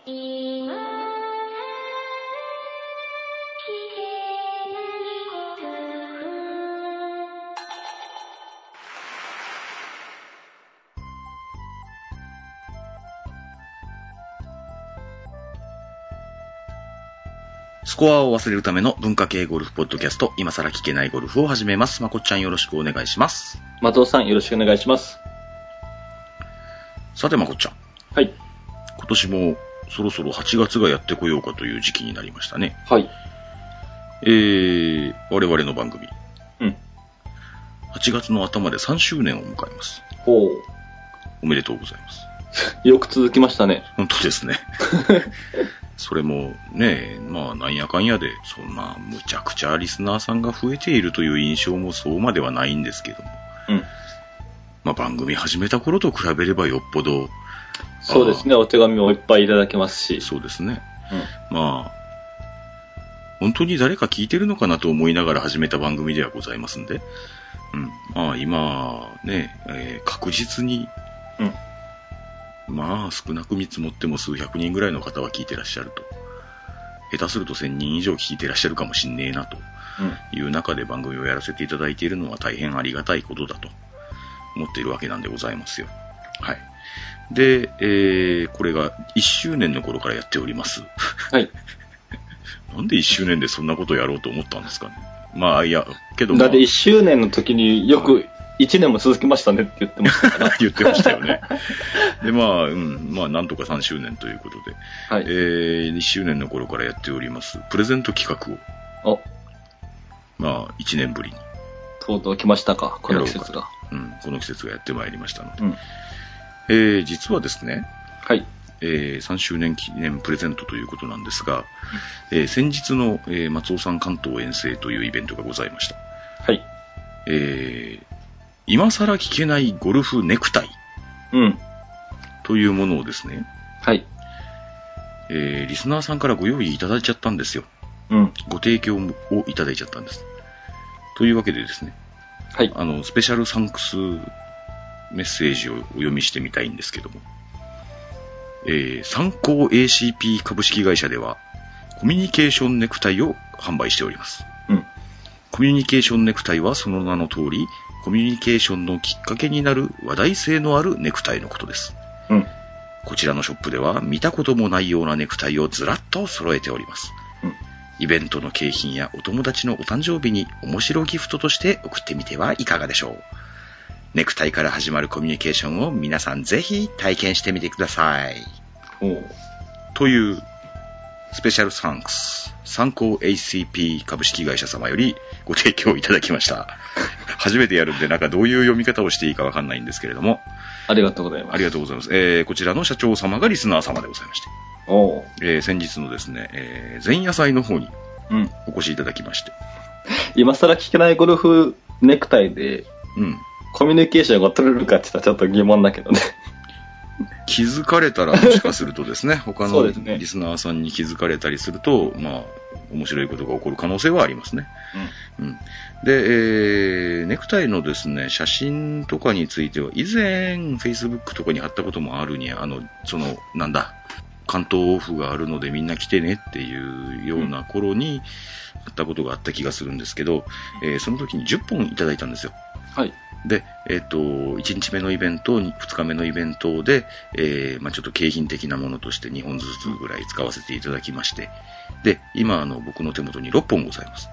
スコアを忘れるための文化系ゴルフポッドキャスト、今更聞けないゴルフを始めます。まこっちゃんよろしくお願いします。 松尾さんよろしくお願いします。 さてまこっちゃん。 はい。 今年もそろそろ8月がやってこようかという時期になりましたね。 はい。 我々の番組。 うん。 8月の頭で3周年を迎えます。 ほう。 おめでとうございます。 よく続きましたね。 本当ですね。それもね、まあなんやかんやで、そんなむちゃくちゃリスナーさんが増えているという印象もそうまではないんですけども。 うん。まあ番組始めた頃と比べればよっぽど。 そうですね、お手紙もいっぱいいただけますし。 そうですね。 うん。 まあ、本当に誰か聞いてるのかなと思いながら始めた番組ではございますんで。うん。まあ今、ね、確実に、 うん。 まあ少なく見積もっても数百人ぐらいの方は聞いてらっしゃると。下手すると1000人以上聞いてらっしゃるかもしんねえなという中で番組をやらせていただいているのは大変ありがたいことだと思っているわけなんでございますよ。はい。で、これが1周年の頃からやっております。 はい。 なんで1周年でそんなことをやろうと思ったんですかね。まあいや、けど、 だって1周年の時によく1年も続きましたねって言ってましたから。 言ってましたよね。で、まあ、まあなんとか3周年ということで、 はい。 2周年の頃からやっておりますプレゼント企画を、まあ1年ぶりに。 とうとう来ましたか、この季節が。 この季節がやってまいりましたので。 実はですね、 はい。 3周年記念プレゼントということなんですが、先日の、松尾さん関東遠征というイベントがございました。 はい。 今更聞けないゴルフネクタイ。というものをですね。 はい。 リスナーさんからご用意いただいちゃったんですよ。ご提供をいただいちゃったんです。というわけでですね。 はい。 スペシャルサンクスメッセージをお読みしてみたいんですけども。参考 ACP 株式会社ではコミュニケーションネクタイを販売しております。コミュニケーションネクタイはその名の通り、コミュニケーションのきっかけになる話題性のあるネクタイのことです。こちらのショップでは見たこともないようなネクタイをずらっと揃えております。イベントの景品やお友達のお誕生日に面白ギフトとして送ってみてはいかがでしょう。ネクタイから始まるコミュニケーションを皆さんぜひ体験してみてください。というスペシャルサンクス参考 ACP 株式会社様よりご提供いただきました。初めてやるんでなんかどういう読み方をしていいかわかんないんですけれども。 ありがとうございます。 ありがとうございます。こちらの社長様がリスナー様でございまして。先日のですね、前夜祭の方にお越しいただきまして。 今更聞けないゴルフネクタイで、コミュニケーションが取れるかって言ったらちょっと疑問だけどね。 気づかれたらもしかするとですね、他のリスナーさんに気づかれたりすると、まあ、面白いことが起こる可能性はありますね。で、ネクタイのですね、写真とかについては、以前、Facebook とかに貼ったこともあるに、関東オフがあるのでみんな来てねっていうような頃に貼ったことがあった気がするんですけど、その時に10本いただいたんですよ。 はい。 で、1日目のイベント、2日目のイベントで、ちょっと景品的なものとして2本ずつぐらい使わせていただきまして、で、今、僕の手元に6本ございます。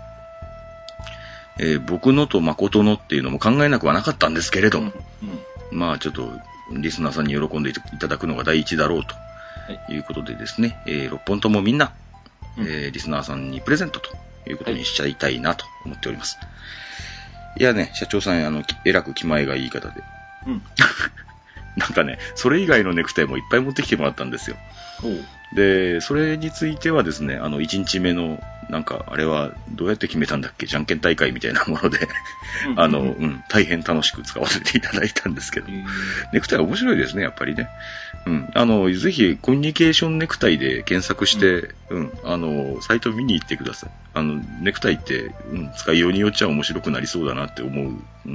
僕のと誠のっていうのも考えなくはなかったんですけれども、まあちょっと、リスナーさんに喜んでいただくのが第一だろうということでですね、6本ともみんな、リスナーさんにプレゼントということにしちゃいたいなと思っております。いやね、社長さん、えらく気前がいい方で。なんかね、それ以外のネクタイもいっぱい持ってきてもらったんですよ。で、それについてはですね、1日目の、なんか、あれはどうやって決めたんだっけ、じゃんけん大会みたいなもので、大変楽しく使わせていただいたんですけど、ネクタイ面白いですね、やっぱりね。ぜひ、コミュニケーションネクタイで検索して、サイト見に行ってください。ネクタイって、使いようによっちゃ面白くなりそうだなって思う、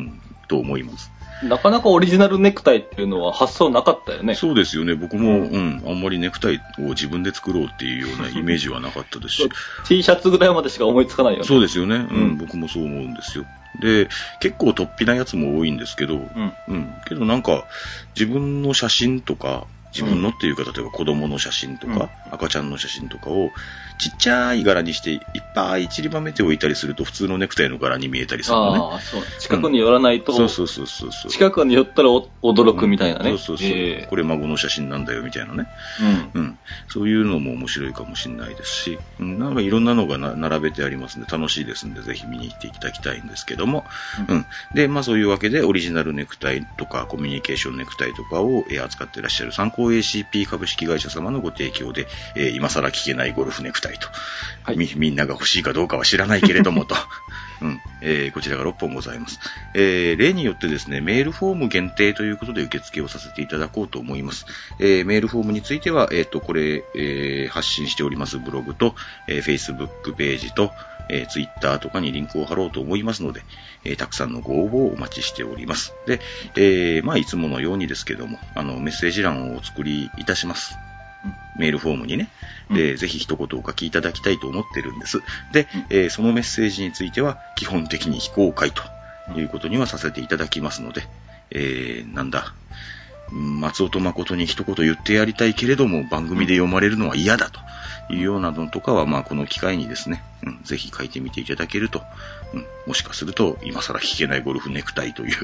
と思います。 なかなかオリジナルネクタイっていうのは発想なかったよね。 そうですよね。僕も、あんまりネクタイを自分で作ろうっていうようなイメージはなかったですし。 T シャツぐらいまでしか思いつかないよね。 そうですよね。僕もそう思うんですよ。で、結構突飛なやつも多いんですけど、けどなんか、自分の写真とか、自分のっていうか、例えば子供の写真とか、赤ちゃんの写真とかを、ちっちゃい柄にしていっぱい散りばめておいたりすると、普通のネクタイの柄に見えたりするのね。 ああ、そう。近くに寄らないと、 そう。 近くに寄ったら驚くみたいなね。 そう。これ孫の写真なんだよみたいなね。そういうのも面白いかもしれないですし、なんかいろんなのが並べてありますんで、楽しいですんで、ぜひ見に行っていただきたいんですけども。で、まあそういうわけで、オリジナルネクタイとか、コミュニケーションネクタイとかを扱っていらっしゃる参考ACP 株式会社様のご提供で、今更聞けないゴルフネクタイと、はい、みんなが欲しいかどうかは知らないけれどもと、こちらが6本ございます。例によってですね、メールフォーム限定ということで受付をさせていただこうと思います。メールフォームについては、これ、発信しておりますブログと、Facebook ページと、Twitter とかにリンクを貼ろうと思いますので、たくさんのご応募をお待ちしております。で、まあいつものようにですけども、メッセージ欄をお作りいたします。メールフォームにね。で、ぜひ一言お書きいただきたいと思ってるんです。で、そのメッセージについては、基本的に非公開ということにはさせていただきますので、松尾と誠に一言言ってやりたいけれども、番組で読まれるのは嫌だというようなのとかは、まあこの機会にですね、ぜひ書いてみていただけると、もしかすると、今更聞けないゴルフネクタイという、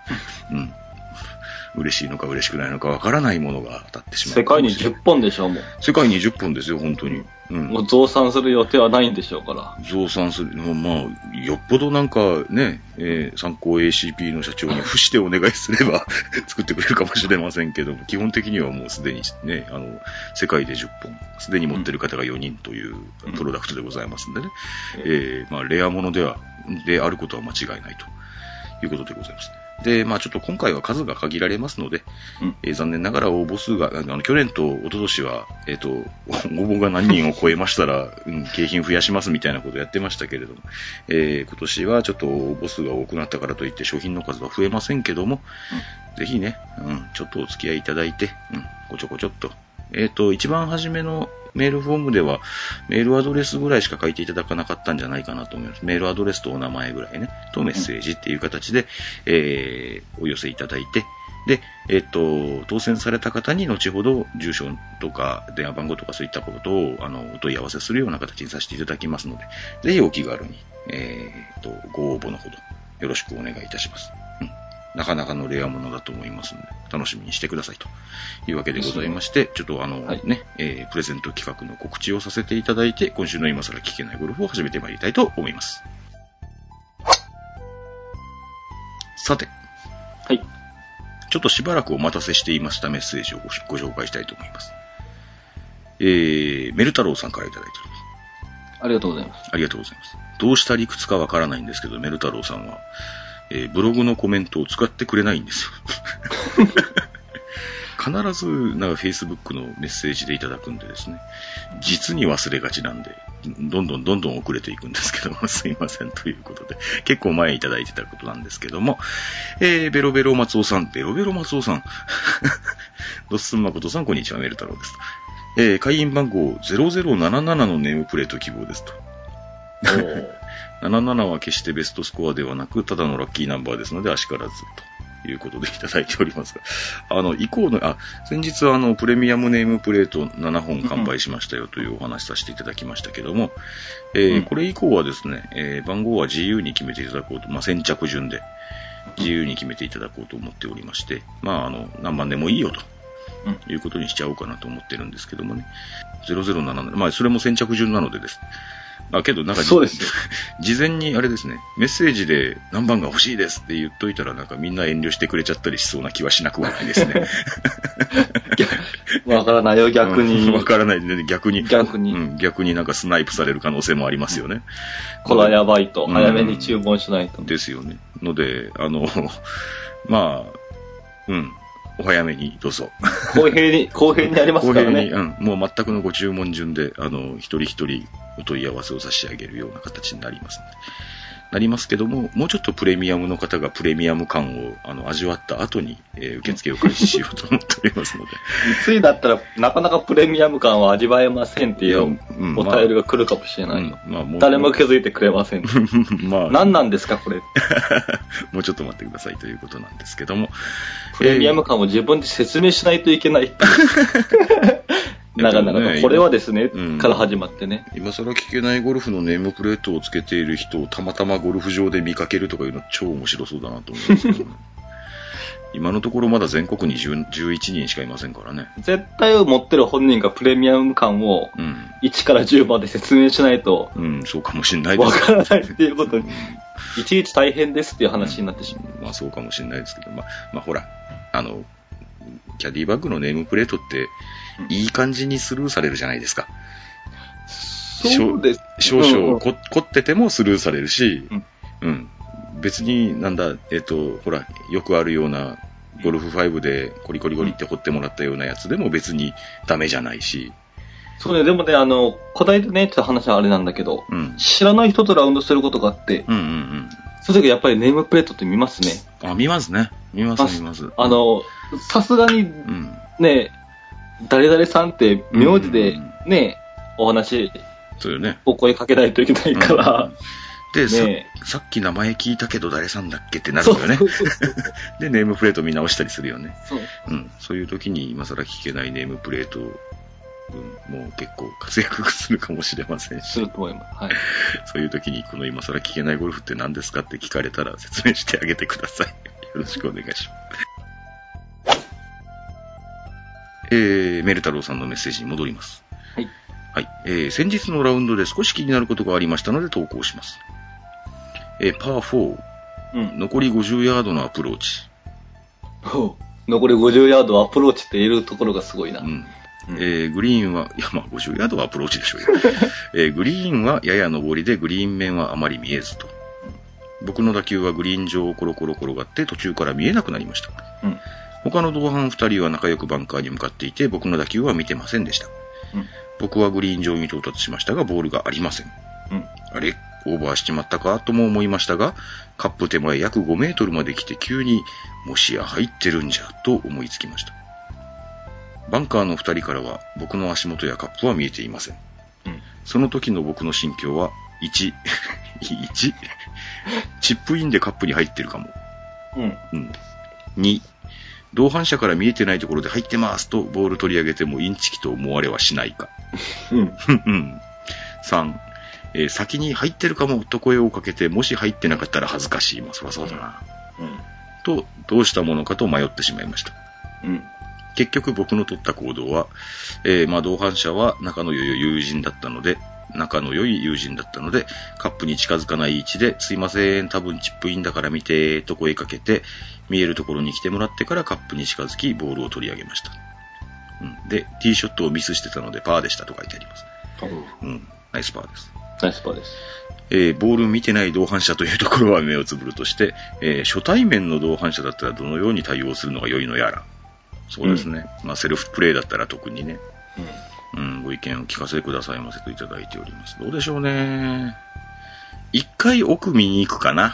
嬉しいのか嬉しくないのかわからないものが当たってしまう。 世界に10本でしょうもん。 世界に10本ですよ、本当に。 もう増産する予定はないんでしょうから。 増産する、まあ、よっぽどなんかね、参考 ACP の社長に付してお願いすれば作ってくれるかもしれませんけども、基本的にはもうすでにね、世界で10本、すでに持ってる方が4人というプロダクトでございますんでね。まあ、レアものであることは間違いないということでございます。で、まあちょっと今回は数が限られますので、残念ながら応募数が、去年と一昨年は、応募が何人を超えましたら、景品増やしますみたいなことをやってましたけれども、今年はちょっと応募数が多くなったからといって商品の数は増えませんけども、ぜひね、ちょっとお付き合いいただいて、こちょこちょっと、一番初めのメールフォームでは、メールアドレスぐらいしか書いていただかなかったんじゃないかなと思います。メールアドレスとお名前ぐらいね、とメッセージっていう形で、お寄せいただいて、で、当選された方に後ほど住所とか電話番号とかそういったことを、お問い合わせするような形にさせていただきますので、ぜひお気軽に、ご応募のほどよろしくお願いいたします。なかなかのレアものだと思いますので、楽しみにしてくださいというわけでございまして、ちょっとプレゼント企画の告知をさせていただいて、今週の今更聞けないゴルフを始めてまいりたいと思います。さて。 はい。 ちょっとしばらくお待たせしていましたメッセージをご紹介したいと思います。メル太郎さんからいただいております。 ありがとうございます。 ありがとうございます。どうした理屈かわからないんですけど、メル太郎さんは、ブログのコメントを使ってくれないんですよ。必ずFacebook のメッセージでいただくんでですね、実に忘れがちなんで、どんどん遅れていくんですけども、すいませんということで、結構前いただいてたことなんですけども、ベロベロ松尾さん、ドッスン誠さん、こんにちは、メル太郎ですと。会員番号0077のネームプレート希望ですと。77は決してベストスコアではなく、ただのラッキーナンバーですので、あしからずということでいただいておりますが、先日プレミアムネームプレート7本完売しましたよというお話させていただきましたけども、これ以降はですね、番号は自由に決めていただこうと、先着順で自由に決めていただこうと思っておりまして、何番でもいいよと。いうことにしちゃおうかなと思ってるんですけどもね。007、それも先着順なのでです。けどそうですよ。 事前にあれですね、メッセージで何番が欲しいですって言っといたらみんな遠慮してくれちゃったりしそうな気はしなくはないですね。 わからないよ、逆に。 わからないね、逆にスナイプされる可能性もありますよね。 これはやばいと、早めに注文しないと。 ですよね。ので、お早めにどうぞ。 公平にありますからね。 もう全くのご注文順で、一人一人お問い合わせを差し上げるような形になりますなりますけども、もうちょっとプレミアムの方がプレミアム感を味わった後に、受付を開始しようと思っておりますので。 ついだったらなかなかプレミアム感は味わえませんっていうお便りが来るかもしれないよ。誰も気づいてくれません。まあ、何なんですかこれ。 もうちょっと待ってくださいということなんですけども。 プレミアム感を自分で説明しないといけないっていうなかなかこれはですね、から始まってね。 今更聞けないゴルフのネームプレートをつけている人をたまたまゴルフ場で見かけるとかいうの超面白そうだなと思うんですけど、ね、今のところまだ全国に11人しかいませんからね。 絶対持ってる本人がプレミアム感を1から10まで説明しないと、 そうかもしれないですわからないっていうことに、いちいち大変ですっていう話になってしまう。 まあそうかもしれないですけど、まあほら、キャディバッグのネームプレートって、いい感じにスルーされるじゃないですか。 そうです。 少々凝っててもスルーされるし、別にほら、よくあるようなゴルフ5でコリコリコリって掘ってもらったようなやつでも別にダメじゃないし。 そうね、でもね、古代でね、ちょっと話はあれなんだけど、知らない人とラウンドすることがあって、その時やっぱりネームプレートって見ますね。 見ますね。見ます。 さすがに、ね、誰々さんって名字でね、お話、 そうよね。 お声かけないといけないから。 で、さっき名前聞いたけど誰さんだっけってなるよね。で、ネームプレート見直したりするよね。そういう時に今更聞けないネームプレート、もう結構活躍するかもしれませんし。 すると思います。はい。 そういう時にこの今更聞けないゴルフって何ですかって聞かれたら説明してあげてください。よろしくお願いします。メル太郎さんのメッセージに戻ります。はい。先日のラウンドで少し気になることがありましたので投稿します。パー4、残り50ヤードのアプローチ。 残り50ヤードアプローチって言えるところがすごいな。 グリーンは、50ヤードはアプローチでしょうよ。グリーンはやや上りでグリーン面はあまり見えずと。僕の打球はグリーン上をコロコロ転がって途中から見えなくなりました。他の同伴2人は仲良くバンカーに向かっていて、僕の打球は見てませんでした。僕はグリーン上に到達しましたが、ボールがありません。あれ、オーバーしちまったかとも思いましたが、カップ手前約5メートルまで来て急に、もしや入ってるんじゃ、と思いつきました。バンカーの2人からは、僕の足元やカップは見えていません。その時の僕の心境は、1、チップインでカップに入ってるかも。2、同伴者から見えてないところで入ってますとボール取り上げてもインチキと思われはしないか。3、先に入ってるかもと声をかけてもし入ってなかったら恥ずかしい。そりゃそうだな。とどうしたものかと迷ってしまいました。結局僕の取った行動は、同伴者は仲の良い友人だったので、カップに近づかない位置で、すいません、多分チップインだから見て、と声かけて、見えるところに来てもらってからカップに近づき、ボールを取り上げました。で、ティーショットをミスしてたので、パーでしたと書いてあります。ナイスパーです。 ナイスパーです。 ボール見てない同伴者というところは目をつぶるとして、初対面の同伴者だったらどのように対応するのが良いのやら。そうですね。セルフプレイだったら特にね。ご意見を聞かせてくださいませといただいております。どうでしょうね。一回奥見に行くかな。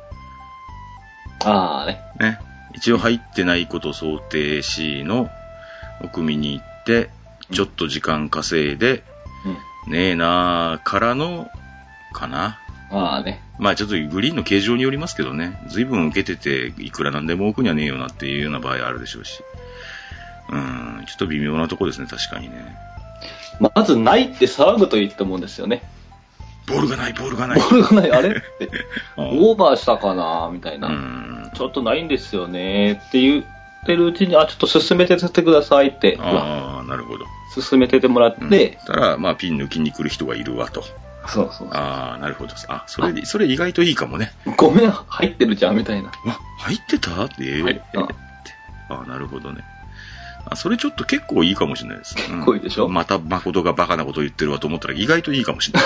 ね。一応入ってないこと想定しの奥見に行って、ちょっと時間稼いで、ねえなーからの、かな。ちょっとグリーンの形状によりますけどね。随分受けてて、いくらなんでも奥にはねえよなっていうような場合あるでしょうし。ちょっと微妙なとこですね、確かにね。 まずないって騒ぐといいと思うんですよね。 ボールがない、 あれって。オーバーしたかなみたいな。ちょっとないんですよねって言ってるうちに、ちょっと進めてってくださいって。 なるほど。 進めててもらって。 たら、ピン抜きに来る人がいるわと。 そう。 なるほど。それ意外といいかもね。 ごめん、入ってるじゃんみたいな。 入ってたって。なるほどね。それちょっと結構いいかもしれないです。 結構いいでしょ。 また誠がバカなこと言ってるわと思ったら意外といいかもしれ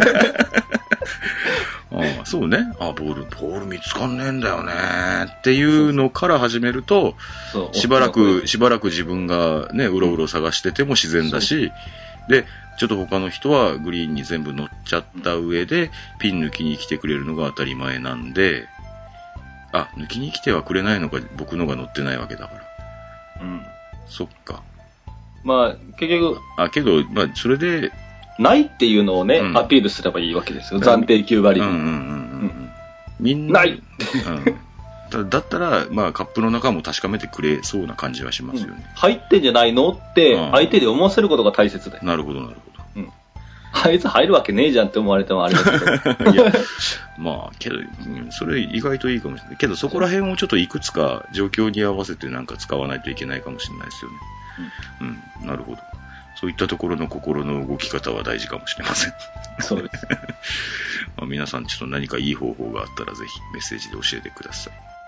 ない。そうね。ボール見つかんねえんだよねっていうのから始めると、しばらく自分がね、うろうろ探してても自然だし、 で、ちょっと他の人はグリーンに全部乗っちゃった上で、ピン抜きに来てくれるのが当たり前なんで、抜きに来てはくれないのか、僕のが乗ってないわけだから。そっか。 まあ、結局。 けど、まあ、それで。 ないっていうのをね、アピールすればいいわけですよ。暫定9割。 みんな。 ない、 だったら、まあ、カップの中も確かめてくれそうな感じはしますよね。 入ってんじゃないのって、相手で思わせることが大切だよ。 なるほど、なるほど。 あいつ入るわけねえじゃんって思われてもあれだけど。いや、 まあ、けど、それ意外といいかもしれない。けど、そこら辺をちょっといくつか状況に合わせてなんか使わないといけないかもしれないですよね。なるほど。そういったところの心の動き方は大事かもしれません。 そうです。 まあ、皆さんちょっと何かいい方法があったらぜひメッセージで教えてくださ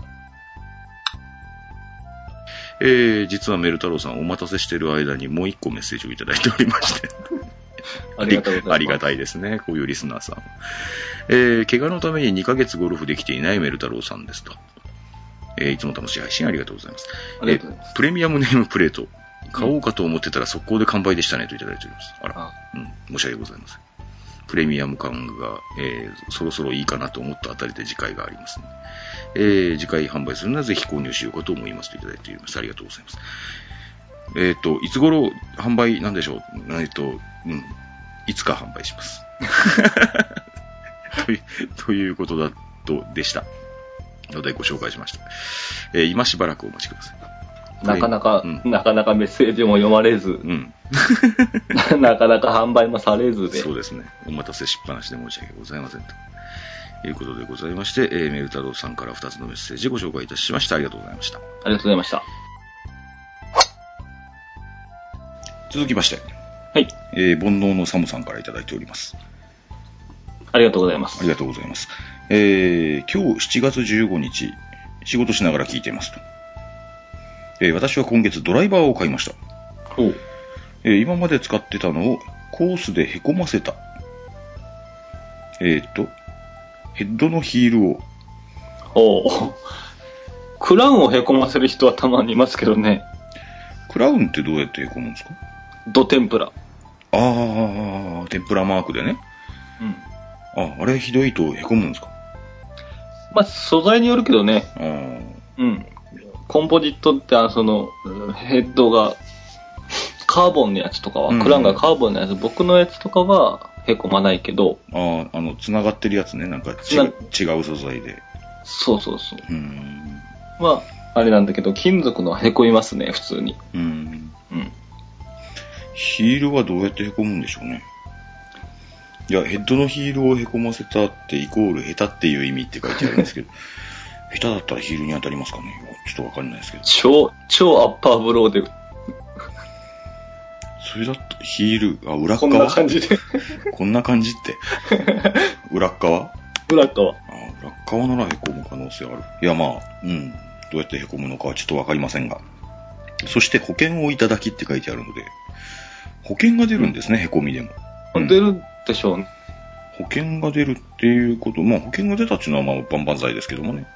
い。実はメル太郎さんお待たせしている間にもう一個メッセージをいただいておりまして。 ありがとうございます。 ありがたいですね。こういうリスナーさん。怪我のために2ヶ月ゴルフできていないメル太郎さんですと。いつも楽しい配信ありがとうございます。 ありがとうございます。 プレミアムネームプレート。買おうかと思ってたら速攻で完売でしたねといただいております。申し訳ございません。プレミアム感が、そろそろいいかなと思ったあたりで次回がありますね。次回販売するのはぜひ購入しようかと思いますといただいております。ありがとうございます。いつ頃販売なんでしょう。いつか販売します。ということでした。のでご紹介しました。今しばらくお待ちください。 なかなかメッセージも読まれず、なかなか販売もされずで。 そうですね。お待たせしっぱなしで申し訳ございませんということでございまして、メル太郎さんから2つのメッセージご紹介いたしました。ありがとうございました。 ありがとうございました。 続きまして、 はい。 煩悩のサムさんからいただいております。 ありがとうございます。 ありがとうございます。今日7月15日、仕事しながら聞いていますと。私は今月ドライバーを買いました。今まで使ってたのをコースでへこませた。ヘッドのヒールを。 クラウンをへこませる人はたまにいますけどね。 クラウンってどうやってへこむんですか？ ド天ぷら。 天ぷらマークでね。あれひどいとへこむんですか？ まあ、素材によるけどね。コンポジットってヘッドがカーボンのやつとかは、クラウンがカーボンのやつ、僕のやつとかはへこまないけど。 繋がってるやつね、なんか違う素材で。 そう。まあ、あれなんだけど、金属のへこみますね、普通に。 ヒールはどうやってへこむんでしょうね。いや、ヘッドのヒールをへこませたってイコール下手っていう意味って書いてあるんですけど、下手だったらヒールに当たりますかね？ちょっとわかんないですけど。 超アッパーブローで。 それだとヒール、裏側？ こんな感じで。 こんな感じって。裏側？ 裏側ならへこむ可能性ある。いや、まあ、どうやってへこむのかはちょっとわかりませんが。そして保険をいただきって書いてあるので、保険が出るんですね、へこみでも。 出るでしょうね。 保険が出るっていうこと、まあ保険が出たっていうのはまあ万々歳ですけどもね。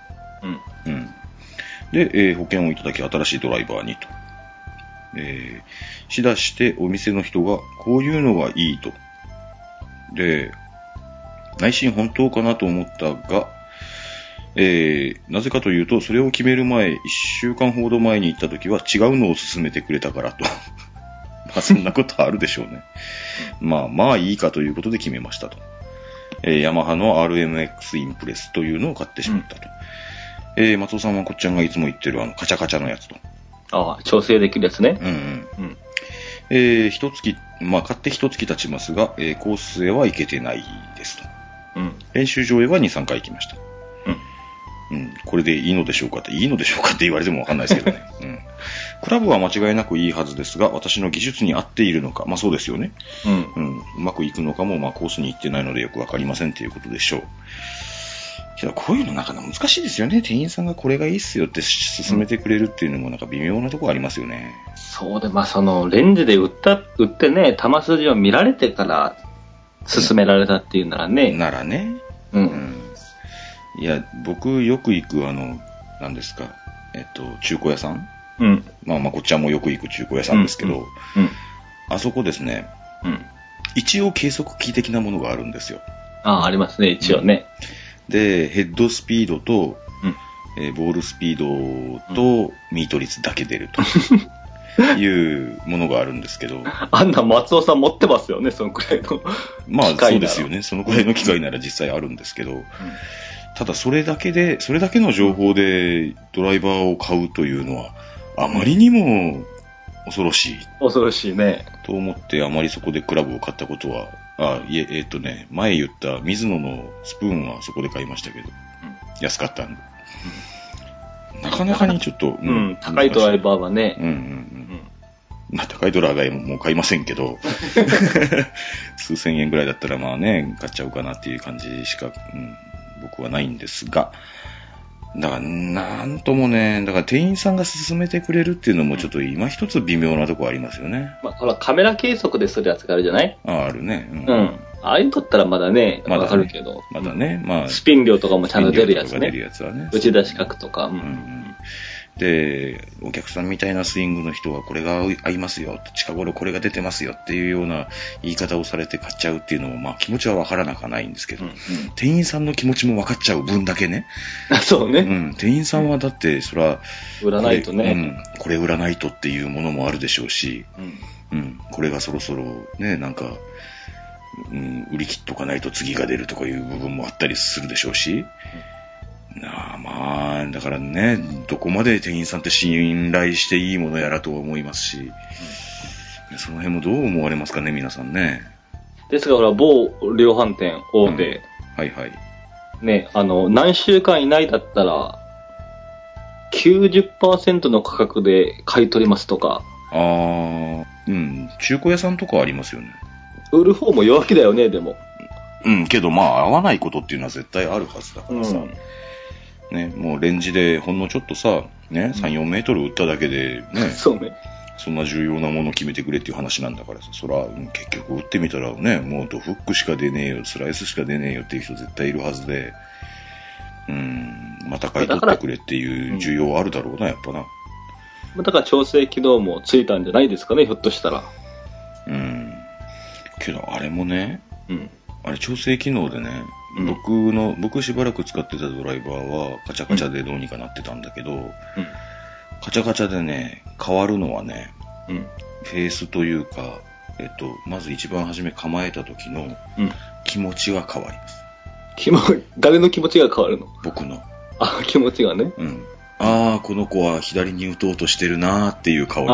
で、保険をいただき新しいドライバーにと。しだしてお店の人がこういうのがいいと。で、内心本当かなと思ったが、なぜかというと、それを決める前、1週間ほど前に行った時は違うのを勧めてくれたからと。まあそんなことあるでしょうね。まあいいかということで決めましたと。ヤマハの RMX インプレスというのを買ってしまったと。松尾さんはこっちゃんがいつも言ってるカチャカチャのやつと。 調整できるやつね。 一月、買って一月経ちますが、コースへは行けてないですと。練習場へは2、3回行きました。これでいいのでしょうかって言われてもわかんないですけどね。クラブは間違いなくいいはずですが、私の技術に合っているのか、まあそうですよね。うまくいくのかも、コースに行ってないのでよくわかりませんということでしょう。けどこういうのなかなか難しいですよね。店員さんがこれがいいっすよって勧めてくれるっていうのもなんか微妙なところありますよね。 そうで、レンジで売ってね、球筋を見られてから勧められたっていうならね。 いや、僕よく行く何ですか、中古屋さん、こっちはもうよく行く中古屋さんですけど、あそこですね、 うん。 一応計測器的なものがあるんですよ。 ありますね、一応ね。 で、ヘッドスピードと、 うん。 ボールスピードとミート率だけ出るというものがあるんですけど。 あんな松尾さん持ってますよね、そのくらいの。 まあそうですよね。そのくらいの機械なら実際あるんですけど。ただそれだけの情報でドライバーを買うというのは、あまりにも恐ろしい。 恐ろしいね。 と思ってあまりそこでクラブを買ったことは、前言った水野のスプーンはそこで買いましたけど、安かったんで。なかなかにちょっと、 高いドライバーはね。 まあ高いドライバーも買いませんけど、数千円ぐらいだったらまあね、買っちゃおうかなっていう感じしか、僕はないんですが、だからなんともね、だから店員さんが勧めてくれるっていうのもちょっと今一つ微妙なとこありますよね。 まあ、ほらカメラ計測でするやつがあるじゃない？ あるね。 ああいうのだったらまだね、わかるけど。 まだね、まあ。 スピン量とかもちゃんと出るやつね。 出るやつはね。 打ち出し角とか。 で、お客さんみたいなスイングの人はこれが合いますよ、近頃これが出てますよっていうような言い方をされて買っちゃうっていうのも、まあ気持ちはわからなくはないんですけど、店員さんの気持ちも分かっちゃう分だけね。 そうね。 店員さんはだって、それは、 売らないとね。 これ売らないとっていうものもあるでしょうし、これがそろそろね、なんか、売り切っとかないと次が出るとかいう部分もあったりするでしょうし、まあ、だからね、どこまで店員さんって信頼していいものやらと思いますし、その辺もどう思われますかね、皆さんね。 ですが、ほら、某量販店大手、 はいはい。 ね、何週間以内だったら、90% の価格で買い取りますとか。 中古屋さんとかありますよね。 売る方も弱気だよね、でも。 けどまあ、合わないことっていうのは絶対あるはずだからさ。ね、もうレンジでほんのちょっとさ、ね、3、4メートル打っただけでね、 そうね。 そんな重要なものを決めてくれっていう話なんだからさ、そら、結局打ってみたらね、もうドフックしか出ねえよ、スライスしか出ねえよっていう人絶対いるはずで、また買い取ってくれっていう需要あるだろうな、やっぱな。 だから調整機能もついたんじゃないですかね、ひょっとしたら。 けどあれもね、あれ調整機能でね、僕しばらく使ってたドライバーはカチャカチャでどうにかなってたんだけど、カチャカチャでね、変わるのはね、フェースというか、まず一番初め構えた時の気持ちが変わります。 誰の気持ちが変わるの？ 僕の。 気持ちがね。 この子は左に打とうとしてるなーっていう顔に。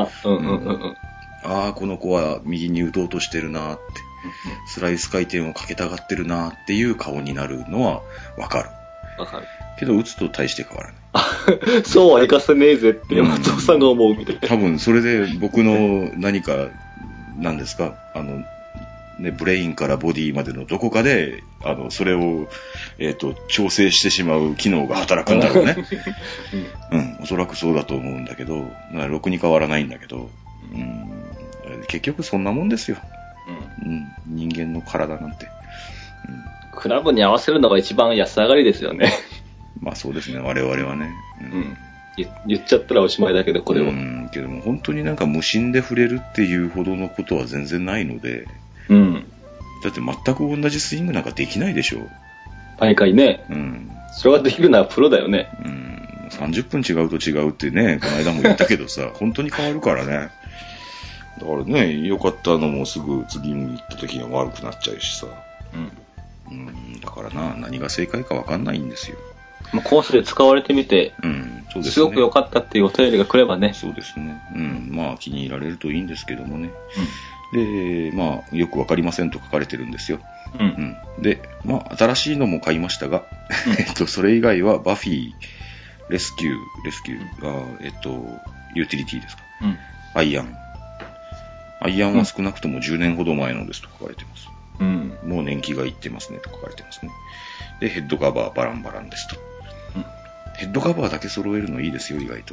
この子は右に打とうとしてるなーって。スライス回転をかけたがってるなーっていう顔になるのはわかる。けど打つと大して変わらない。 そうはいかせねえぜって松尾さんが思うみたいな。 多分それで僕の何か、何ですか、ブレインからボディまでのどこかで、それを、調整してしまう機能が働くんだろうね。おそらくそうだと思うんだけど、ろくに変わらないんだけど、結局そんなもんですよ。人間の体なんて、 クラブに合わせるのが一番安上がりですよね。 まあそうですね、我々はね。 言っちゃったらおしまいだけど、これは。 けども本当になんか無心で触れるっていうほどのことは全然ないので、だって全く同じスイングなんかできないでしょ。 毎回ね。それができるのはプロだよね。 30分違うと違うってね、この間も言ったけどさ、本当に変わるからね。だからね、良かったのもすぐ次に行った時には悪くなっちゃうしさ。だから何が正解か分かんないんですよ。 コースで使われてみて、 そうですね、 すごく良かったっていうお便りが来ればね。 そうですね。まあ気に入られるといいんですけどもね。で、まあよく分かりませんと書かれてるんですよ。で、まあ新しいのも買いましたが、それ以外はバフィー、レスキュー、ユーティリティですか。アイアンは少なくとも10年ほど前のですと書かれてます。もう年季がいってますねと書かれてますね。で、ヘッドカバーバランバランですと。ヘッドカバーだけ揃えるのいいですよ、意外と。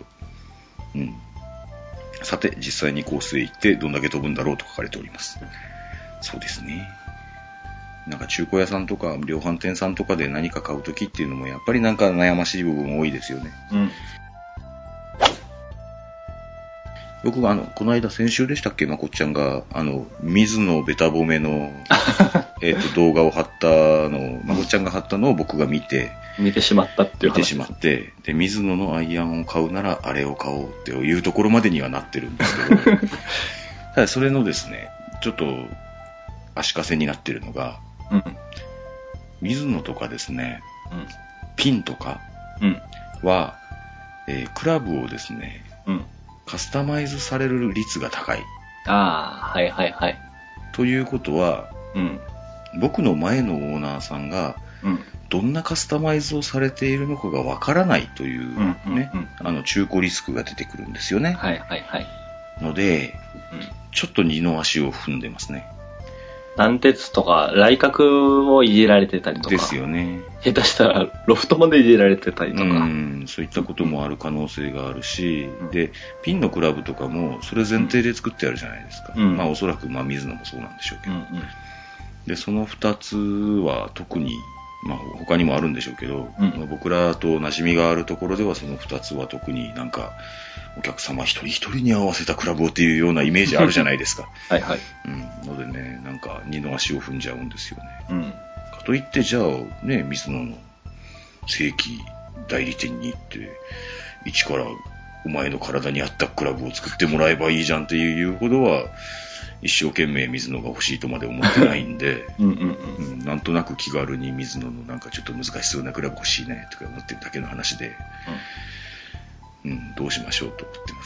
さて、実際にコースへ行ってどんだけ飛ぶんだろうと書かれております。そうですね。なんか中古屋さんとか量販店さんとかで何か買うときっていうのもやっぱりなんか悩ましい部分多いですよね。 僕はこの間先週でしたっけ、まこっちゃんが、水野ベタ褒めの、動画を貼ったのを、まこっちゃんが貼ったのを僕が見てしまったっていう話。 見てしまって、で、水野のアイアンを買うならあれを買おうっていうところまでにはなってるんですけど、ただそれのですね、ちょっと足かせになってるのが、うん、水野とかですね、うん、ピンとかは、クラブをですね、うん、カスタマイズされる率が高い。 ああ、はいはいはい。 ということは、うん、僕の前のオーナーさんが、うん、どんなカスタマイズをされているのかがわからないというね、中古リスクが出てくるんですよね。 はいはいはい。 ので、うん、ちょっと二の足を踏んでますね。 軟鉄とか、来角をいじられてたりとか。 ですよね。 下手したら、ロフトまでいじられてたりとか。 そういったこともある可能性があるし、うん、で、ピンのクラブとかも、それ前提で作ってあるじゃないですか。うん、まあ、おそらく、水野もそうなんでしょうけど。うんうん、で、その二つは特に、まあ、他にもあるんでしょうけど、うん、僕らと馴染みがあるところでは、その二つは特になんか、お客様一人一人に合わせたクラブをっていうようなイメージあるじゃないですか。 はいはい。 のでね、なんか二の足を踏んじゃうんですよね。うん。かといって、じゃあね、水野の正規代理店に行って、一からお前の体に合ったクラブを作ってもらえばいいじゃんっていうほどは、一生懸命水野が欲しいとまで思ってないんで、なんとなく気軽に水野のなんかちょっと難しそうなクラブ欲しいねとか思ってるだけの話で、どうしましょうと思ってます。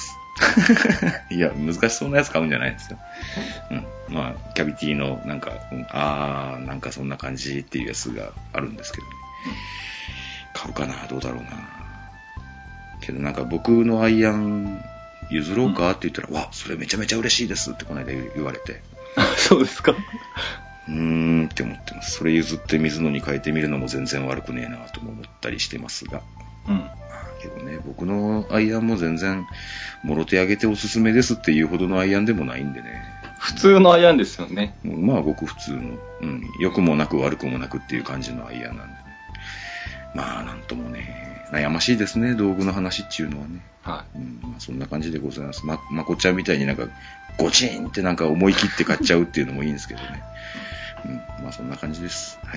いや、難しそうなやつ買うんじゃないですよ。まあ、キャビティのなんか、なんかそんな感じっていうやつがあるんですけどね。買うかな、どうだろうな。けどなんか僕のアイアン譲ろうかって言ったら、わ、それめちゃめちゃ嬉しいですってこの間言われて。 そうですか。 って思ってます。それ譲って水野に変えてみるのも全然悪くねえなとも思ったりしてますが。けどね、僕のアイアンも全然、もろ手上げておすすめですっていうほどのアイアンでもないんでね。 普通のアイアンですよね。 まあ、ごく普通の、良くもなく悪くもなくっていう感じのアイアンなんでね。まあ、なんともね、悩ましいですね、道具の話っていうのはね。はい。まあ、そんな感じでございます。まこっちゃんみたいになんか、ゴチンってなんか思い切って買っちゃうっていうのもいいんですけどね。まあ、そんな感じです。はい。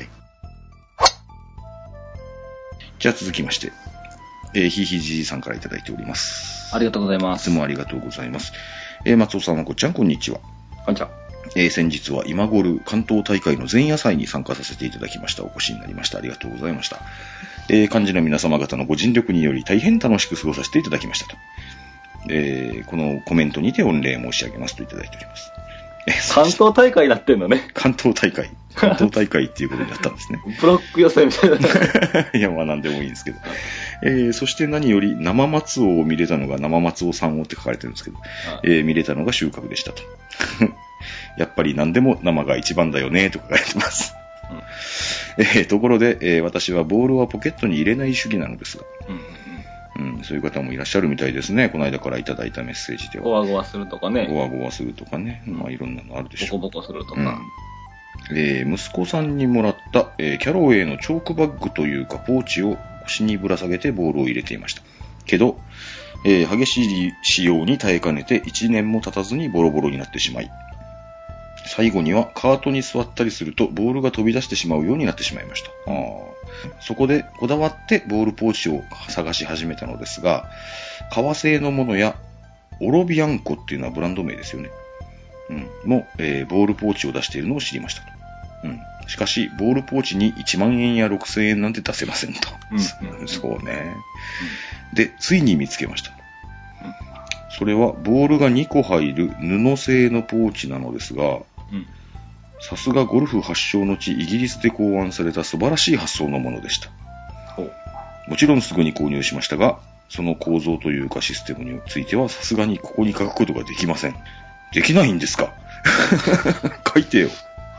じゃあ続きまして。ひひじさんからいただいております。 ありがとうございます。 いつもありがとうございます。松尾さん、まこっちゃん、こんにちは。 こんにちは。 先日は今頃関東大会の前夜祭に参加させていただきました。お越しになりました。ありがとうございました。幹事の皆様方のご尽力により大変楽しく過ごさせていただきましたと。このコメントにて御礼申し上げますといただいております。 関東大会になってんのね。 関東大会っていうことになったんですね。 ブロック予選みたいな。 いや、まあ何でもいいんですけど。そして何より生松尾を見れたのが生松尾さんをって書かれてるんですけど、見れたのが収穫でしたと。やっぱり何でも生が一番だよねと書かれてます。ところで、私はボールはポケットに入れない主義なのですが、そういう方もいらっしゃるみたいですね。この間からいただいたメッセージでは。 ゴワゴワするとかね。 ゴワゴワするとかね。まあいろんなのあるでしょう。 ボコボコするとか。 息子さんにもらった、キャロウェイのチョークバッグというかポーチを腰にぶら下げてボールを入れていました。けど、激しい使用に耐えかねて1年も経たずにボロボロになってしまい、最後にはカートに座ったりするとボールが飛び出してしまうようになってしまいました。そこでこだわってボールポーチを探し始めたのですが、革製のものやオロビアンコっていうのはブランド名ですよね。ボールポーチを出しているのを知りましたと。しかし、ボールポーチに1万円や6000円なんて出せませんと。そうね。で、ついに見つけました。それは、ボールが2個入る布製のポーチなのですが、さすがゴルフ発祥の地イギリスで考案された素晴らしい発想のものでした。もちろんすぐに購入しましたが、その構造というかシステムについてはさすがにここに書くことができません。できないんですか？書いてよ。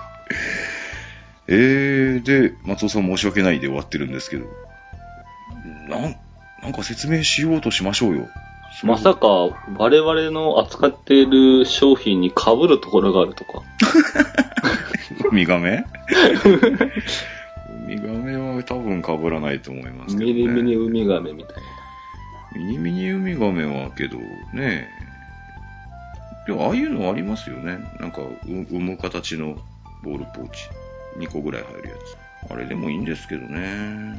で、松尾さん申し訳ないで終わってるんですけど、なんか説明しようとしましょうよ。 まさか、我々の扱っている商品に被るところがあるとか。 ウミガメウミガメは多分被らないと思いますけどね。 ミニミニウミガメみたいな。 ミニミニウミガメはけどね、 でもああいうのありますよね。なんか、産む形のボールポーチ。2個ぐらい入るやつ。あれでもいいんですけどね。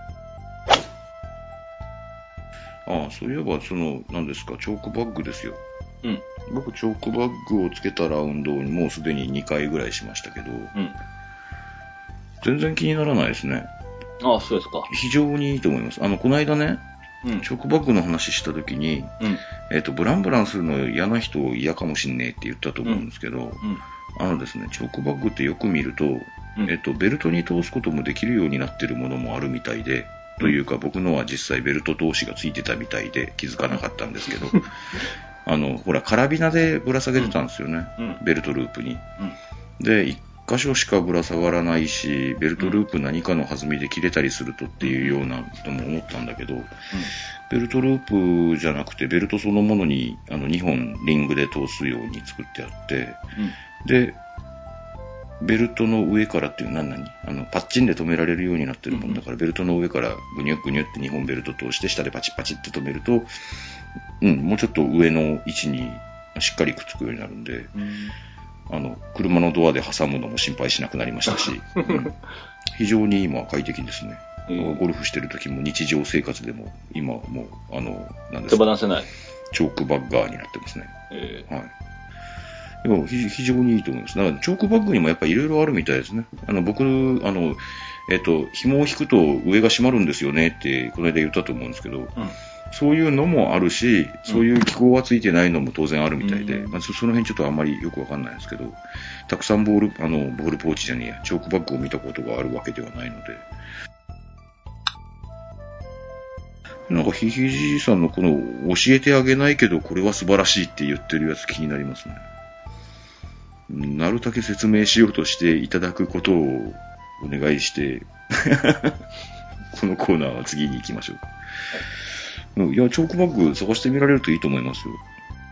ああ、そういえば、何ですか、チョークバッグですよ。 うん。 僕、チョークバッグをつけたラウンドにもうすでに2回ぐらいしましたけど、うん。全然気にならないですね。 ああ、そうですか。 非常にいいと思います。この間ね、うん、チョークバッグの話したときに、うん、ブランブランするの嫌な人嫌かもしんねえって言ったと思うんですけど、うん、ですね、チョークバッグってよく見ると、ベルトに通すこともできるようになってるものもあるみたいで、というか僕のは実際ベルト通しがついてたみたいで気づかなかったんですけど、ほら、カラビナでぶら下げてたんですよね、ベルトループに。で、一箇所しかぶら下がらないし、ベルトループ何かの弾みで切れたりするとっていうようなことも思ったんだけど、ベルトループじゃなくてベルトそのものに2本リングで通すように作ってあって、で、ベルトの上からっていうのはパッチンで止められるようになってるもんだから、ベルトの上からグニュッグニュって2本ベルト通して下でパチッパチッって止めると、もうちょっと上の位置にしっかりくっつくようになるんで、車のドアで挟むのも心配しなくなりましたし、非常に今快適ですね。ゴルフしてる時も日常生活でも今もうなんですか、 手放せないチョークバッガーになってますね。はい。でも非常にいいと思います。だからチョークバッグにもやっぱりいろいろあるみたいですね。僕紐を引くと上が閉まるんですよねってこの間言ったと思うんですけど、そういうのもあるし、そういう機構はついてないのも当然あるみたいで、その辺ちょっとあんまりよくわかんないんですけど、たくさんボールポーチじゃねえや、チョークバッグを見たことがあるわけではないので、なんかひひじいさんのこの教えてあげないけどこれは素晴らしいって言ってるやつ気になりますね。なるたけ説明しようとしていただくことをお願いしてこのコーナーは次に行きましょうか。いや、チョークバッグ探してみられるといいと思いますよ。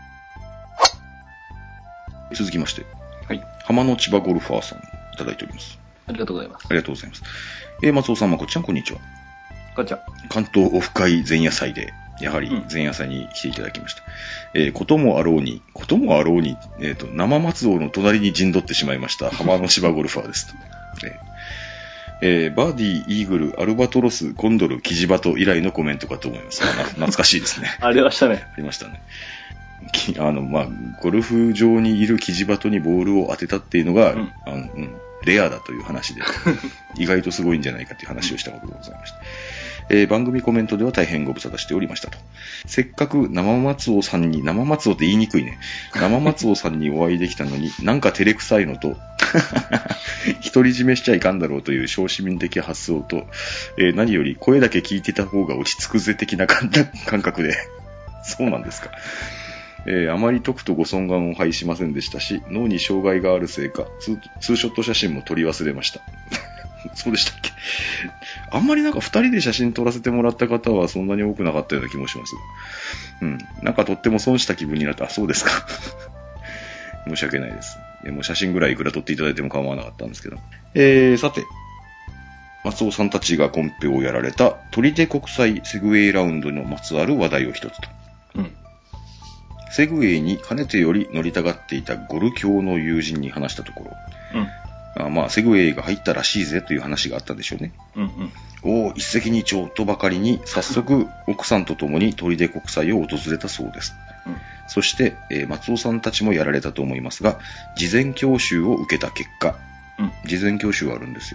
続きまして、はい、浜の千葉ゴルファーさんいただいております。 ありがとうございます。 ありがとうございます。松尾さん、まこっちゃん、こんにちは。 こんにちは。 関東オフ会前夜祭で、やはり前夜祭に来ていただきました。こともあろうに、生松尾の隣に陣取ってしまいました浜の千葉ゴルファーですと。バーディー、イーグル、アルバトロス、コンドル、キジバト以来のコメントかと思います。懐かしいですね。 ありましたね。 ありましたね。ゴルフ場にいるキジバトにボールを当てたっていうのが、レアだという話で、意外とすごいんじゃないかという話をしたことがございました。番組コメントでは大変ご無沙汰しておりましたと。せっかく生松尾って言いにくいね。生松尾さんにお会いできたのに、なんか照れくさいのと、独り占めしちゃいかんだろうという小市民的発想と、何より声だけ聞いてた方が落ち着くぜ的な感覚で、そうなんですか。あまり解くとご尊顔を拝しませんでしたし、脳に障害があるせいか、ツーショット写真も撮り忘れました。そうでしたっけ。あんまりなんか二人で写真撮らせてもらった方はそんなに多くなかったような気もします。なんかとっても損した気分になった。そうですか。申し訳ないです。もう写真ぐらいいくら撮っていただいても構わなかったんですけど。さて、松尾さんたちがコンペをやられた取手国際セグウェイラウンドのまつわる話題を一つと。セグウェイにかねてより乗りたがっていたゴル教の友人に話したところ、セグウェイが入ったらしいぜという話があったんでしょうね。一石二鳥とばかりに早速奥さんと共に取手国際を訪れたそうです。そして、松尾さんたちもやられたと思いますが、事前教習を受けた結果、事前教習があるんですよ。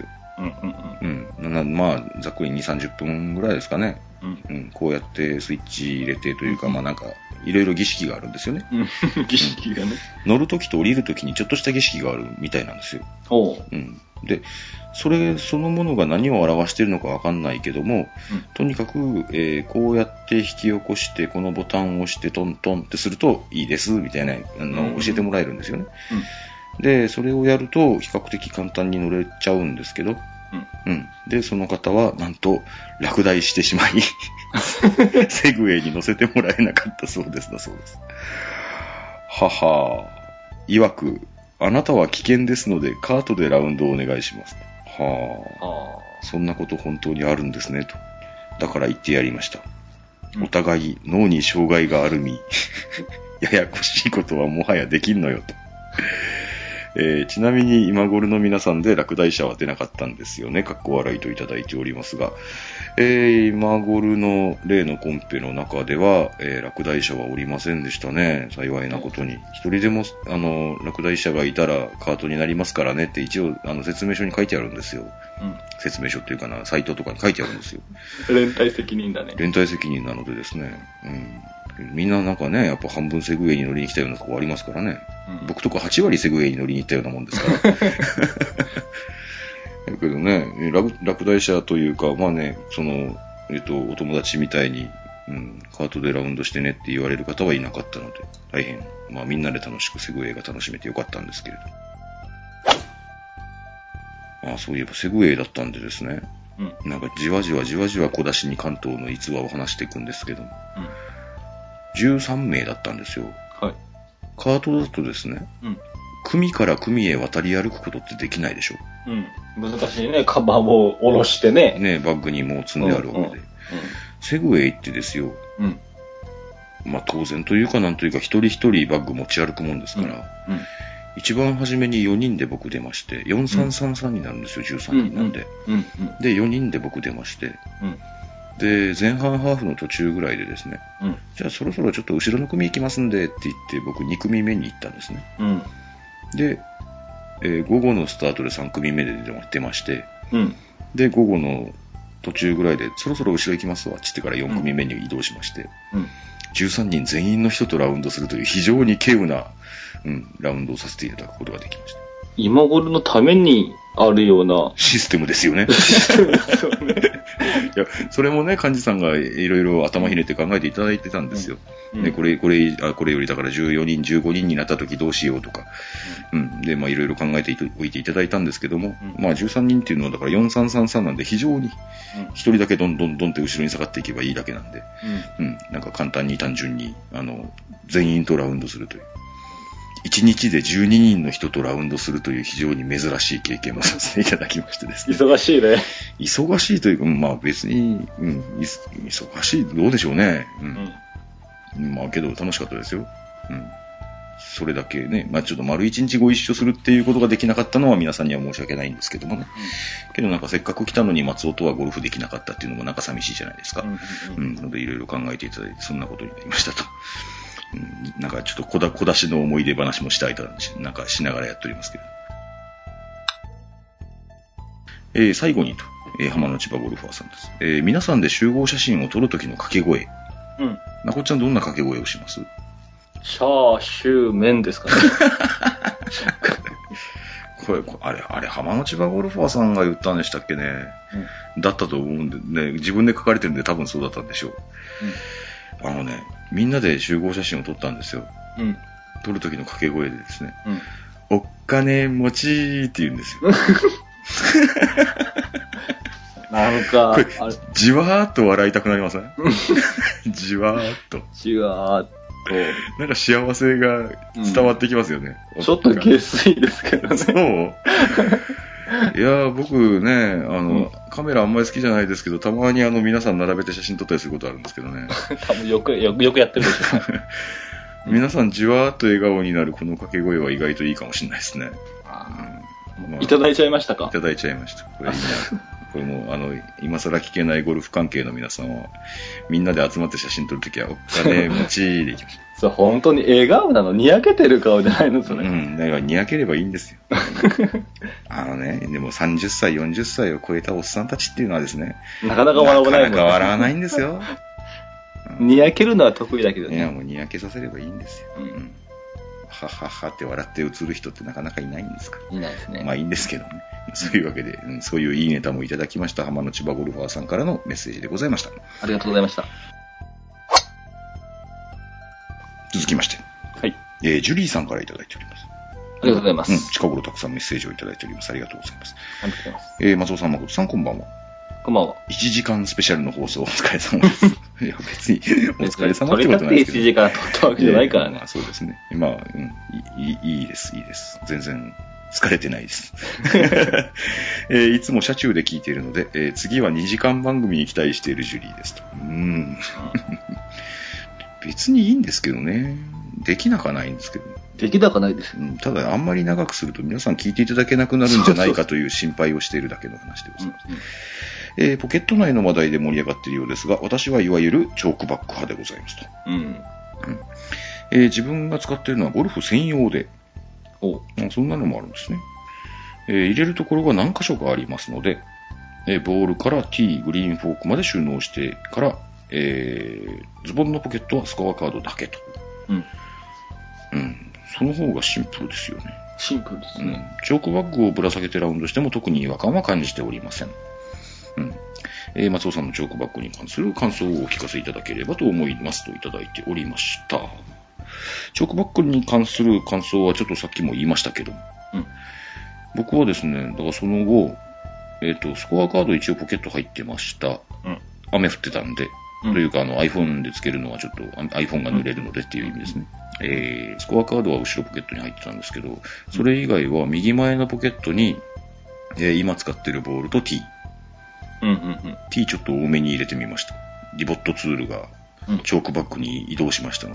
ざっくり2、30分ぐらいですかね。こうやってスイッチ入れてというか、なんか、いろいろ儀式があるんですよね。 儀式がね。 乗るときと降りるときにちょっとした儀式があるみたいなんですよ。で、そのものが何を表しているのかわかんないけども、とにかく、こうやって引き起こして、このボタンを押してトントンってするといいです、みたいなのを教えてもらえるんですよね。で、それをやると比較的簡単に乗れちゃうんですけど、で、その方はなんと落第してしまい、セグウェイに乗せてもらえなかったそうです。曰く、あなたは危険ですのでカートでラウンドをお願いします。そんなこと本当にあるんですねと。だから言ってやりました。お互い脳に障害がある身。 ややこしいことはもはやできんのよと。ちなみに今頃の皆さんで落第者は出なかったんですよね。かっこ笑いといただいておりますが、今頃の例のコンペの中では、落第者はおりませんでしたね。幸いなことに。一人でも、落第者がいたらカートになりますからねって一応、説明書に書いてあるんですよ。うん、説明書っていうかな、サイトとかに書いてあるんですよ。 連帯責任だね。 連帯責任なのでですね。みんななんかね、やっぱ半分セグウェイに乗りに来たようなとこありますからね。僕とか8割セグウェイに乗りに行ったようなもんですから。だけどね、落第者というか、まあね、お友達みたいに、カートでラウンドしてねって言われる方はいなかったので、大変、まあみんなで楽しくセグウェイが楽しめてよかったんですけれど。そういえばセグウェイだったんでですね、なんかじわじわ小出しに関東の逸話を話していくんですけど、13名だったんですよ。はい。カートだとですね、組から組へ渡り歩くことってできないでしょ。 難しいね。カバーを下ろしてね。 ね、バッグにもう積んであるわけで。セグウェイってですよ。まあ当然というかなんというか一人一人バッグ持ち歩くもんですから、一番初めに4人で僕出まして、4333になるんですよ、13人なんで。で、4人で僕出まして、で、前半ハーフの途中ぐらいでですね、じゃあそろそろちょっと後ろの組行きますんでって言って僕2組目に行ったんですね。で、午後のスタートで3組目で出まして、で、午後の途中ぐらいでそろそろ後ろ行きますわって言ってから4組目に移動しまして、13人全員の人とラウンドするという非常に稀有な、ラウンドをさせていただくことができました。 今頃のためにあるようなシステムですよね。いや、それもね、幹事さんがいろいろ頭ひねって考えていただいてたんですよ。で、これよりだから14人、15人になった時どうしようとか。で、まあいろいろ考えておいていただいたんですけども、まあ13人っていうのはだから4333なんで非常に一人だけどんどんって後ろに下がっていけばいいだけなんで、なんか簡単に単純に、全員とラウンドするという。1日で12人の人とラウンドするという非常に珍しい経験をさせていただきましてですね。 忙しいね。 忙しいというか、まあ別に、忙しい、どうでしょうね。まあけど楽しかったですよ。それだけね、まあちょっと丸1日ご一緒するっていうことができなかったのは皆さんには申し訳ないんですけどもね。けどなんかせっかく来たのに松尾とはゴルフできなかったっていうのもなんか寂しいじゃないですか。のでいろいろ考えていただいてそんなことになりましたと。なんかちょっと小出しの思い出話もしたいとなんかしながらやっておりますけど。最後にと、浜の千葉ゴルファーさんです。皆さんで集合写真を撮るときの掛け声。なこちゃんどんな掛け声をします？ シャーシューメンですかね。 あれ、浜の千葉ゴルファーさんが言ったんでしたっけね。だったと思うんで、ね、自分で書かれてるんで多分そうだったんでしょう。みんなで集合写真を撮ったんですよ。撮る時の掛け声でですね。おっ金持ちーって言うんですよ。 なんか、 じわーっと笑いたくなりません？じわーっと。 じわーっと。 なんか幸せが伝わってきますよね。 ちょっと下水ですけどね。そういや僕ね、カメラあんまり好きじゃないですけど、たまに皆さん並べて写真撮ったりすることあるんですけどね。 多分よくやってるでしょ。 皆さんじわーっと笑顔になるこの掛け声は意外といいかもしれないですね。 いただいちゃいましたか？ いただいちゃいました。これも今更聞けないゴルフ関係の皆さんは、みんなで集まって写真撮るときは、お金持ちでいきました。 そう、本当に笑顔なの？にやけてる顔じゃないのそれ。 だからにやければいいんですよ。でも30歳、40歳を超えたおっさんたちっていうのはですね、 なかなか笑わないもんね。 なかなか笑わないんですよ。 にやけるのは得意だけどね。 いや、もうにやけさせればいいんですよ。はははって笑って映る人ってなかなかいないんですから。 いないですね。 まあいいんですけどね。そういうわけで、そういういいネタもいただきました浜の千葉ゴルファーさんからのメッセージでございました。 ありがとうございました。 続きまして。 はい。 ジュリーさんからいただいております。 ありがとうございます。 近頃たくさんメッセージをいただいております。ありがとうございます。 ありがとうございます。 松尾さん、誠さん、こんばんは。 こんばんは。 1時間スペシャルの放送お疲れ様です。いや、別に、お疲れ様ってことないですけど。 1時間撮ったわけじゃないからね。 そうですね。まあ、いいです、いいです。全然、疲れてないです。いつも車中で聞いているので、次は2時間番組に期待しているジュリーですと。 別にいいんですけどね。できなくはないんですけど。 できなくはないです。 ただ、あんまり長くすると皆さん聞いていただけなくなるんじゃないかという心配をしているだけの話でございます。ポケット内の話題で盛り上がっているようですが、私はいわゆるチョークバッグ派でございますと。自分が使っているのはゴルフ専用で、そんなのもあるんですね。入れるところが何箇所かありますので、ボールからティー、グリーンフォークまで収納してから、ズボンのポケットはスコアカードだけと。その方がシンプルですよね。 シンプルですね。 チョークバッグをぶら下げてラウンドしても特に違和感は感じておりません。松尾さんのチョークバッグに関する感想をお聞かせいただければと思いますといただいておりました。チョークバッグに関する感想はちょっとさっきも言いましたけど、僕はですね、だからその後、スコアカード一応ポケット入ってました。雨降ってたんで、というかiPhone でつけるのはちょっと iPhone が濡れるのでっていう意味ですね。スコアカードは後ろポケットに入ってたんですけど、それ以外は右前のポケットに、今使ってるボールと T。T ちょっと多めに入れてみました。リボットツールがチョークバッグに移動しましたの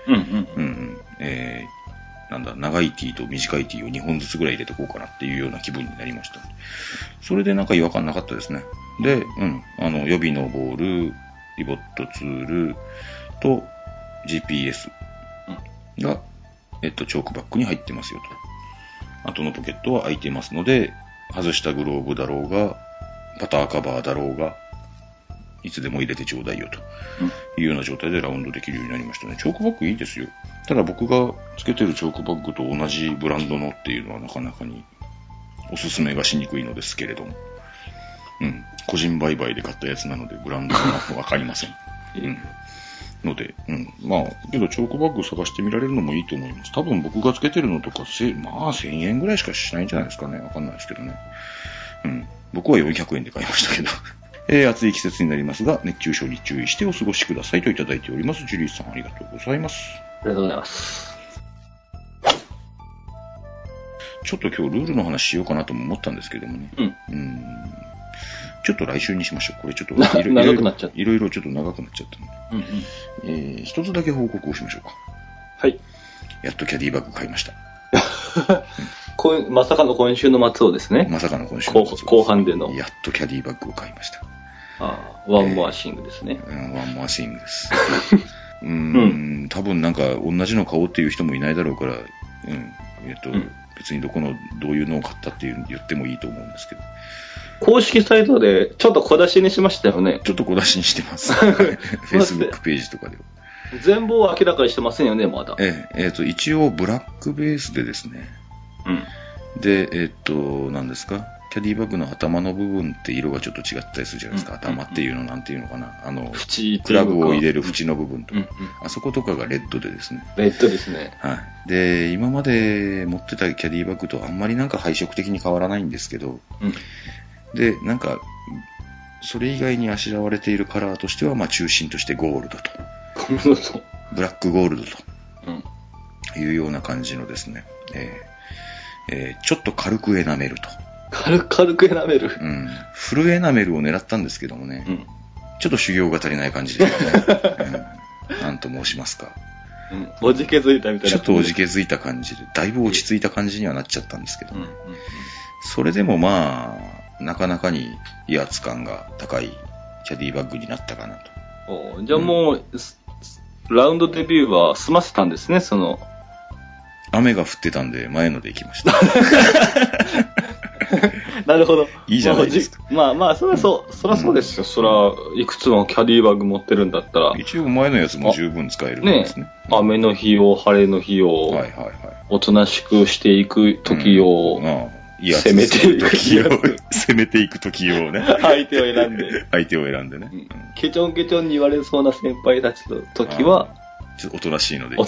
で。長い T と短い T を2本ずつぐらい入れてこうかなっていうような気分になりました。それでなんか違和感なかったですね。で、予備のボール、リボットツールと GPS が、チョークバッグに入ってますよと。後のポケットは開いてますので、外したグローブだろうが、パターカバーだろうが、いつでも入れてちょうだいよというような状態でラウンドできるようになりましたね。チョークバッグいいですよ。ただ僕がつけてるチョークバッグと同じブランドのっていうのはなかなかにおすすめがしにくいのですけれども。個人売買で買ったやつなのでブランドはわかりません。ので、けどチョークバッグ探してみられるのもいいと思います。多分僕がつけてるのとか、1000円ぐらいしかしないんじゃないですかね。わかんないですけどね。僕は400円で買いましたけど。暑い季節になりますが、熱中症に注意してお過ごしくださいといただいております。ジュリーさんありがとうございます。 ありがとうございます。 ちょっと今日ルールの話しようかなとも思ったんですけどもね。ちょっと来週にしましょう。これちょっと長くなっちゃった。 いろいろちょっと長くなっちゃったので。一つだけ報告をしましょうか。 はい。 やっとキャディバッグ買いました。 まさかの今週の末をですね。 まさかの今週の末後半での。 やっとキャディバッグを買いました。 ワンモアシングですね。 ワンモアシングです。多分なんか同じの買おうっていう人もいないだろうから、別にどういうのを買ったって言ってもいいと思うんですけど。 公式サイトでちょっと小出しにしましたよね。 ちょっと小出しにしてます。Facebook ページとかでは。 全貌は明らかにしてませんよね、まだ。 一応ブラックベースでですね。で、何ですかキャディバッグの頭の部分って色がちょっと違ったりするじゃないですか。頭っていうのなんていうのかな。クラブを入れる縁の部分とか。あそことかがレッドでですね。 レッドですね。 はい。で、今まで持ってたキャディバッグとあんまりなんか配色的に変わらないんですけど、で、なんか、それ以外にあしらわれているカラーとしては、中心としてゴールドと。ブラックゴールドと。いうような感じのですね。ちょっと軽くエナメルと。 軽くエナメル。 フルエナメルを狙ったんですけどもね。ちょっと修行が足りない感じでしたね。なんと申しますか。 おじけづいたみたいな。 ちょっとおじけづいた感じで、だいぶ落ち着いた感じにはなっちゃったんですけどね。それでもなかなかに威圧感が高いキャディバッグになったかなと。 じゃあもう、ラウンドデビューは済ませたんですね、 雨が降ってたんで前ので行きました。 なるほど。 いいじゃないですか。 そりゃそうですよ。そりゃ、いくつもキャディバッグ持ってるんだったら。 一応前のやつも十分使えるんですね。 雨の日を、晴れの日を、おとなしくしていく時を、攻めていく時をね。相手を選んでね。 ケチョンケチョンに言われそうな先輩たちの時は、 ちょっとおとなしいので。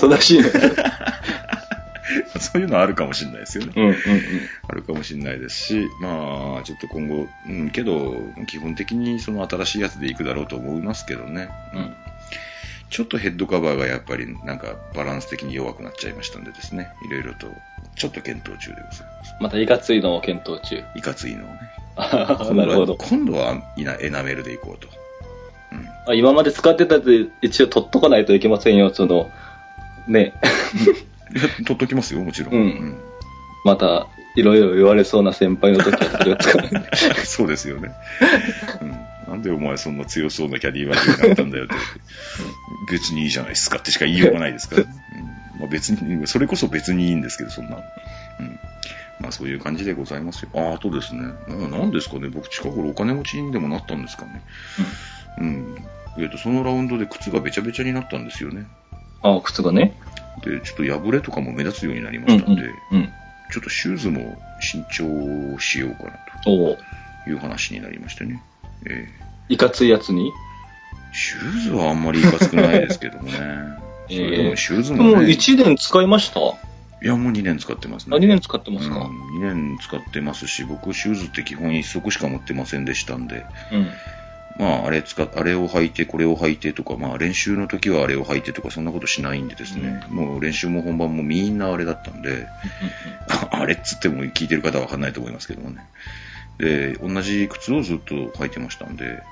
そういうのはあるかもしれないですよね。あるかもしれないですし、ちょっと今後、けど、基本的にその新しいやつでいくだろうと思いますけどね。ちょっとヘッドカバーがやっぱりなんかバランス的に弱くなっちゃいましたんでですね。いろいろと、ちょっと検討中でございます。 またいかついのを検討中。 いかついのをね。 なるほど。 今度はエナメルでいこうと。 今まで使ってたやつ一応取っとかないといけませんよ、ね。 取っときますよ、もちろん。 うん。また、いろいろ言われそうな先輩の時はそれを使う。 そうですよね。なんでお前そんな強そうなキャディーバッグになったんだよって。別にいいじゃないですかってしか言いようがないですから。まあ別に、それこそ別にいいんですけど、そんな。まあそういう感じでございますよ。あとですね。何ですかね。僕近頃お金持ちにでもなったんですかね。そのラウンドで靴がべちゃべちゃになったんですよね。 靴がね。 で、ちょっと破れとかも目立つようになりましたんで、ちょっとシューズも新調しようかなという話になりましてね。 いかついやつに？ シューズはあんまりいかつくないですけどもね。それでもシューズもね。 もう1年使いました？ いや、もう2年使ってますね。 2年使ってますか ？2年使ってますし、僕シューズって基本1足しか持ってませんでしたんで、まあ、あれを履いて、これを履いてとか、まあ、練習の時はあれを履いてとか、そんなことしないんでですね、もう練習も本番もみんなあれだったんで、あれっつっても聞いてる方はわかんないと思いますけどもね。で、同じ靴をずっと履いてましたんで、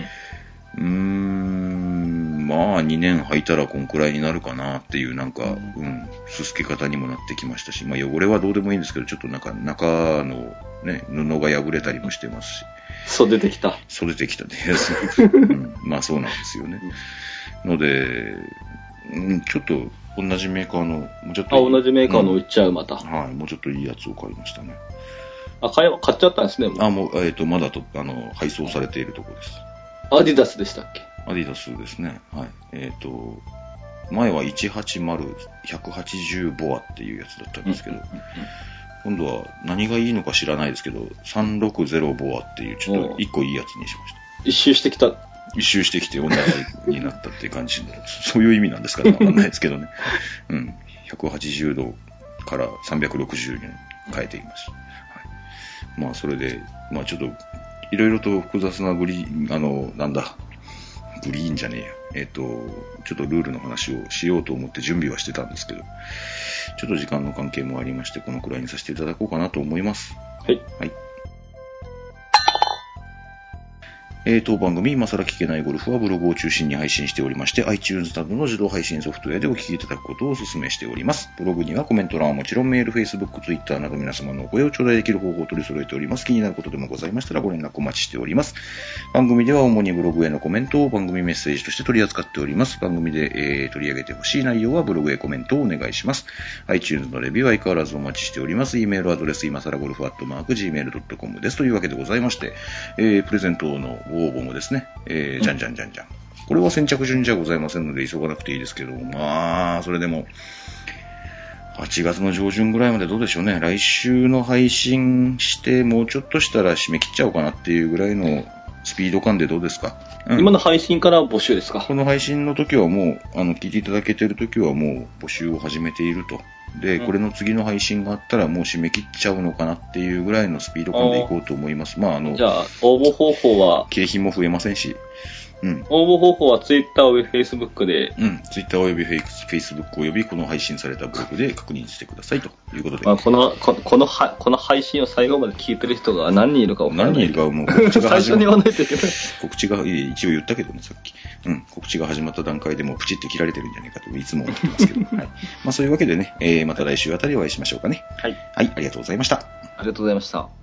まあ、2年履いたらこんくらいになるかなっていう、すすけ方にもなってきましたし、まあ、汚れはどうでもいいんですけど、ちょっと中のね、布が破れたりもしてますし、 袖できたね。 まあそうなんですよね。ので、ちょっと同じメーカーの、もうちょっと。 同じメーカーの売っちゃう、また。 はい、もうちょっといいやつを買いましたね。 買っちゃったんですね、 もう。まだ配送されているところです。 アディダスでしたっけ？ アディダスですね。はい。前は180、180ボアっていうやつだったんですけど、今度は何がいいのか知らないですけど、360ボアっていうちょっと一個いいやつにしました。 一周してきて同じになったっていう感じで、そういう意味なんですかね、わかんないですけどね。180度から360に変えています。はい、まあそれで、まあちょっと、いろいろと複雑なグリーンじゃねえや。ちょっとルールの話をしようと思って準備はしてたんですけど、ちょっと時間の関係もありまして、このくらいにさせていただこうかなと思います。 はい。 はい。当番組、今更聞けないゴルフはブログを中心に配信しておりまして、iTunes などの自動配信ソフトウェアでお聞きいただくことをお勧めしております。ブログにはコメント欄はもちろんメール、Facebook、Twitter など皆様のお声を頂戴できる方法を取り揃えております。気になることでもございましたらご連絡お待ちしております。番組では主にブログへのコメントを番組メッセージとして取り扱っております。番組で、取り上げてほしい内容はブログへコメントをお願いします。iTunes のレビューは相変わらずお待ちしております。e メールアドレス、今更ゴルフ@gmail.com です。というわけでございまして、プレゼントの応募もですね、じゃん。これは先着順じゃございませんので急がなくていいですけど、まあ、それでも、8月の上旬ぐらいまでどうでしょうね。来週の配信して、もうちょっとしたら締め切っちゃおうかなっていうぐらいのスピード感でどうですか？ 今の配信から募集ですか？ この配信の時はもう、聞いていただけている時はもう募集を始めていると。で、これの次の配信があったらもう締め切っちゃうのかなっていうぐらいのスピード感でいこうと思います。まあ、 じゃあ、応募方法は景品も増えませんし、 応募方法は Twitter および Facebook で。 Twitter および Facebook およびこの配信されたブログで確認してくださいということで。 この配信を最後まで聞いてる人が何人いるか分からない。 何人いるかもう告知が最初に言わないといけない。 告知が、一応言ったけどね、さっき。告知が始まった段階でもうプチって切られてるんじゃないかといつも思ってますけど。はい。まあそういうわけでね、また来週あたりお会いしましょうかね。 はい。 はい、ありがとうございました。 ありがとうございました。